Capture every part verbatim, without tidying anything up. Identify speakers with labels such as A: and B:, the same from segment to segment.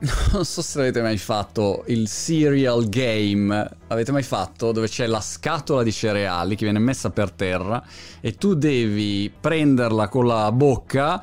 A: non so se avete mai fatto il cereal game. Avete mai fatto? Dove c'è la scatola di cereali che viene messa per terra e tu devi prenderla con la bocca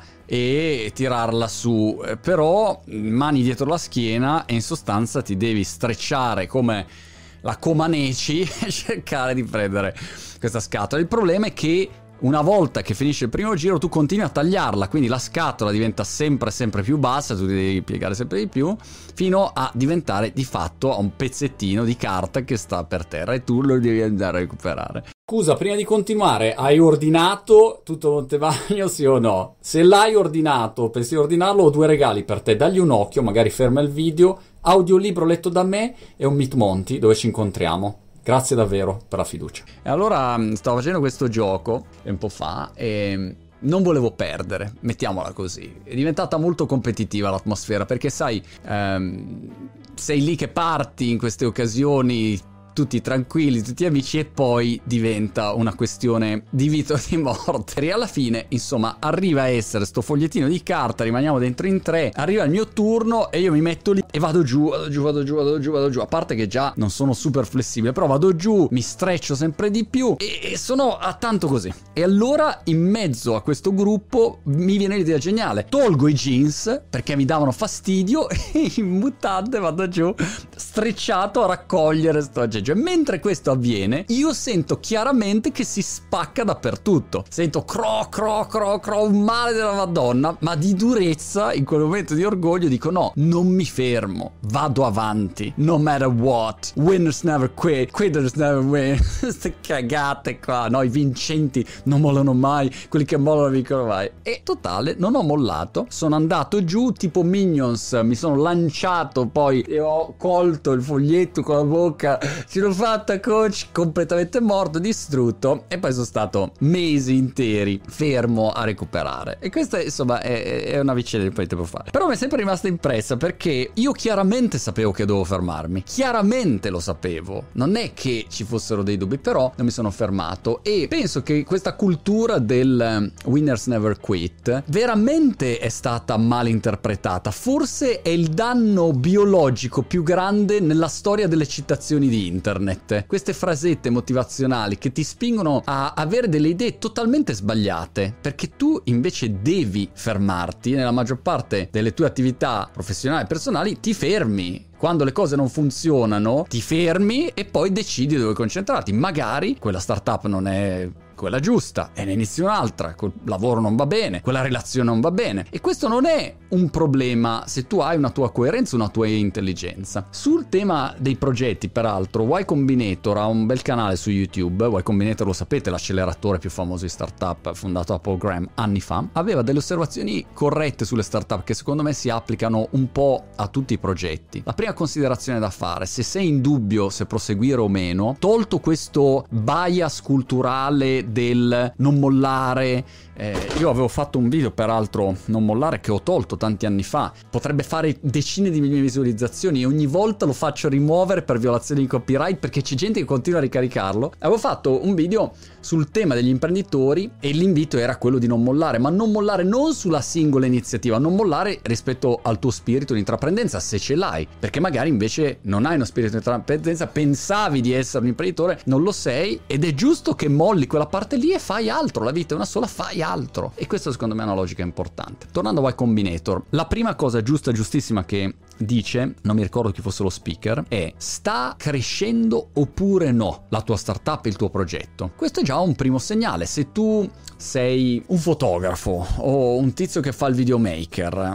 A: e tirarla su, però mani dietro la schiena e in sostanza ti devi strecciare come la Comaneci e cercare di prendere questa scatola. Il problema è che una volta che finisce il primo giro tu continui a tagliarla, quindi la scatola diventa sempre sempre più bassa, tu ti devi piegare sempre di più fino a diventare di fatto a un pezzettino di carta che sta per terra e tu lo devi andare a recuperare. Scusa, prima di continuare, hai ordinato tutto Montevagno, sì o no? Se l'hai ordinato, pensi di ordinarlo, ho due regali per te. Dagli un occhio, magari ferma il video, audiolibro letto da me e un Meet Monty dove ci incontriamo. Grazie davvero per la fiducia. E allora stavo facendo questo gioco un po' fa e non volevo perdere, mettiamola così. È diventata molto competitiva l'atmosfera perché sai, ehm, sei lì che parti in queste occasioni tutti tranquilli, tutti amici e poi diventa una questione di vita o di morte. E alla fine, insomma, arriva a essere sto fogliettino di carta, rimaniamo dentro in tre, arriva il mio turno e io mi metto lì e vado giù, vado giù, vado giù, vado giù, vado giù. A parte che già non sono super flessibile, però vado giù, mi streccio sempre di più e, e sono a tanto così. E allora in mezzo a questo gruppo mi viene l'idea geniale. Tolgo i jeans perché mi davano fastidio e in mutande vado giù strecciato a raccogliere sto aggeggio. Mentre questo avviene, io sento chiaramente che si spacca dappertutto. Sento cro cro cro cro un male della Madonna, ma di durezza in quel momento di orgoglio dico no, non mi fermo, vado avanti, no matter what, winners never quit, quitters never win. Queste cagate qua, no, i vincenti non mollano mai, quelli che mollano vincono mai. E totale, non ho mollato, sono andato giù tipo Minions, mi sono lanciato poi e ho colto il foglietto con la bocca. Ce l'ho fatta, coach, completamente morto, distrutto, e poi sono stato mesi interi fermo a recuperare. E questa insomma è, è una vicenda che poi tempo fa. Però mi è sempre rimasta impressa perché io chiaramente sapevo che dovevo fermarmi, chiaramente lo sapevo, non è che ci fossero dei dubbi, però non mi sono fermato e penso che questa cultura del winners never quit veramente è stata mal interpretata. Forse è il danno biologico più grande nella storia delle citazioni di internet. Internet, queste frasette motivazionali che ti spingono a avere delle idee totalmente sbagliate, perché tu invece devi fermarti. Nella maggior parte delle tue attività professionali e personali ti fermi. Quando le cose non funzionano ti fermi e poi decidi dove concentrarti. Magari quella startup non è quella giusta e ne inizi un'altra, quel lavoro non va bene, quella relazione non va bene, e questo non è un problema se tu hai una tua coerenza, una tua intelligenza. Sul tema dei progetti, peraltro, Y Combinator ha un bel canale su YouTube. Y Combinator, lo sapete, l'acceleratore più famoso di startup fondato da Paul Graham anni fa, aveva delle osservazioni corrette sulle startup che secondo me si applicano un po' a tutti i progetti. La prima considerazione da fare: se sei in dubbio se proseguire o meno, tolto questo bias culturale del non mollare, eh, io avevo fatto un video, peraltro, non mollare, che ho tolto tanti anni fa, potrebbe fare decine di milioni di visualizzazioni e ogni volta lo faccio rimuovere per violazione di copyright perché c'è gente che continua a ricaricarlo. Avevo fatto un video sul tema degli imprenditori e l'invito era quello di non mollare, ma non mollare non sulla singola iniziativa, non mollare rispetto al tuo spirito di intraprendenza, se ce l'hai, perché magari invece non hai uno spirito di intraprendenza, pensavi di essere un imprenditore, non lo sei, ed è giusto che molli quella parte lì e fai altro. La vita è una sola, fai altro, e questo secondo me è una logica importante. Tornando a Y Combinator, la prima cosa giusta, giustissima che dice, non mi ricordo chi fosse lo speaker, è: sta crescendo oppure no la tua startup, il tuo progetto? Questo è già un primo segnale. Se tu sei un fotografo o un tizio che fa il videomaker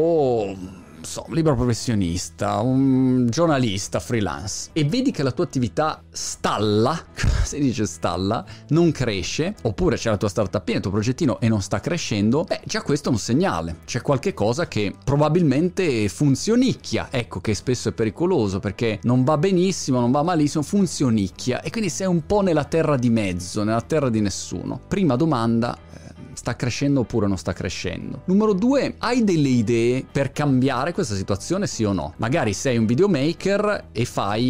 A: o so, un libero professionista, un giornalista freelance, e vedi che la tua attività stalla, si dice stalla, non cresce, oppure c'è la tua startup, il tuo progettino e non sta crescendo, beh, già questo è un segnale. C'è qualche cosa che probabilmente funzionicchia, ecco, che spesso è pericoloso perché non va benissimo, non va malissimo, funzionicchia, e quindi sei un po' nella terra di mezzo, nella terra di nessuno. Prima domanda: sta crescendo oppure non sta crescendo? Numero due, hai delle idee per cambiare questa situazione, sì o no? Magari sei un videomaker e fai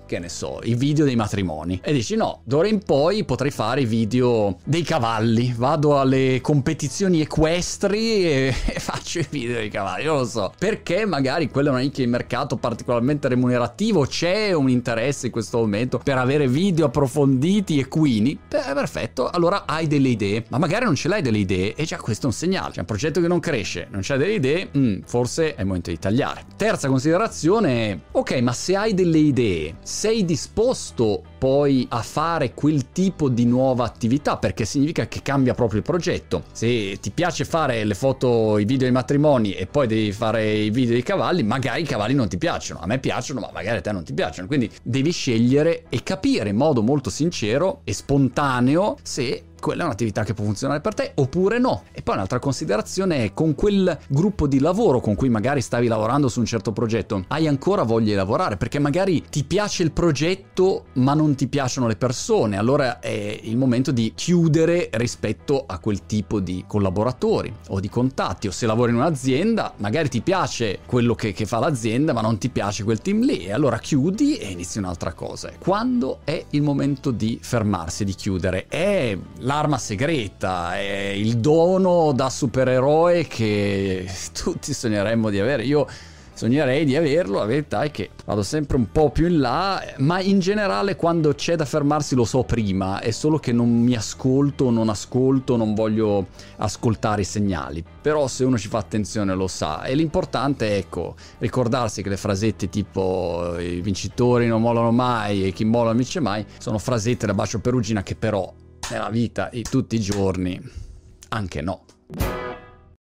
A: che ne so, i video dei matrimoni e dici no, d'ora in poi potrei fare i video dei cavalli, vado alle competizioni equestri e, e faccio i video dei cavalli, non lo so, perché magari quello non è che il mercato particolarmente remunerativo, c'è un interesse in questo momento per avere video approfonditi equini. Beh, perfetto, allora hai delle idee, ma magari non ce l'hai delle idee e già questo è un segnale, c'è un progetto che non cresce, non c'hai delle idee, mm, forse è il momento di tagliare. Terza considerazione, ok, ma se hai delle idee, sei disposto poi a fare quel tipo di nuova attività, perché significa che cambia proprio il progetto. Se ti piace fare le foto, i video dei matrimoni e poi devi fare i video dei cavalli, magari i cavalli non ti piacciono, a me piacciono ma magari a te non ti piacciono, quindi devi scegliere e capire in modo molto sincero e spontaneo se quella è un'attività che può funzionare per te oppure no. E poi un'altra considerazione è: con quel gruppo di lavoro con cui magari stavi lavorando su un certo progetto, hai ancora voglia di lavorare? Perché magari ti piace il progetto ma non ti piacciono le persone, allora è il momento di chiudere rispetto a quel tipo di collaboratori o di contatti. O se lavori in un'azienda, magari ti piace quello che, che fa l'azienda ma non ti piace quel team lì, e allora chiudi e inizi un'altra cosa. Quando è il momento di fermarsi, di chiudere? È l'arma segreta, è il dono da supereroe che tutti sogneremmo di avere. Io sognerei di averlo, la verità è che vado sempre un po' più in là, ma in generale quando c'è da fermarsi lo so prima, è solo che non mi ascolto, non ascolto, non voglio ascoltare i segnali. Però se uno ci fa attenzione lo sa, e l'importante è, ecco, ricordarsi che le frasette tipo i vincitori non mollano mai e chi molla non vince mai sono frasette da Bacio Perugina che però nella vita di tutti i giorni anche no.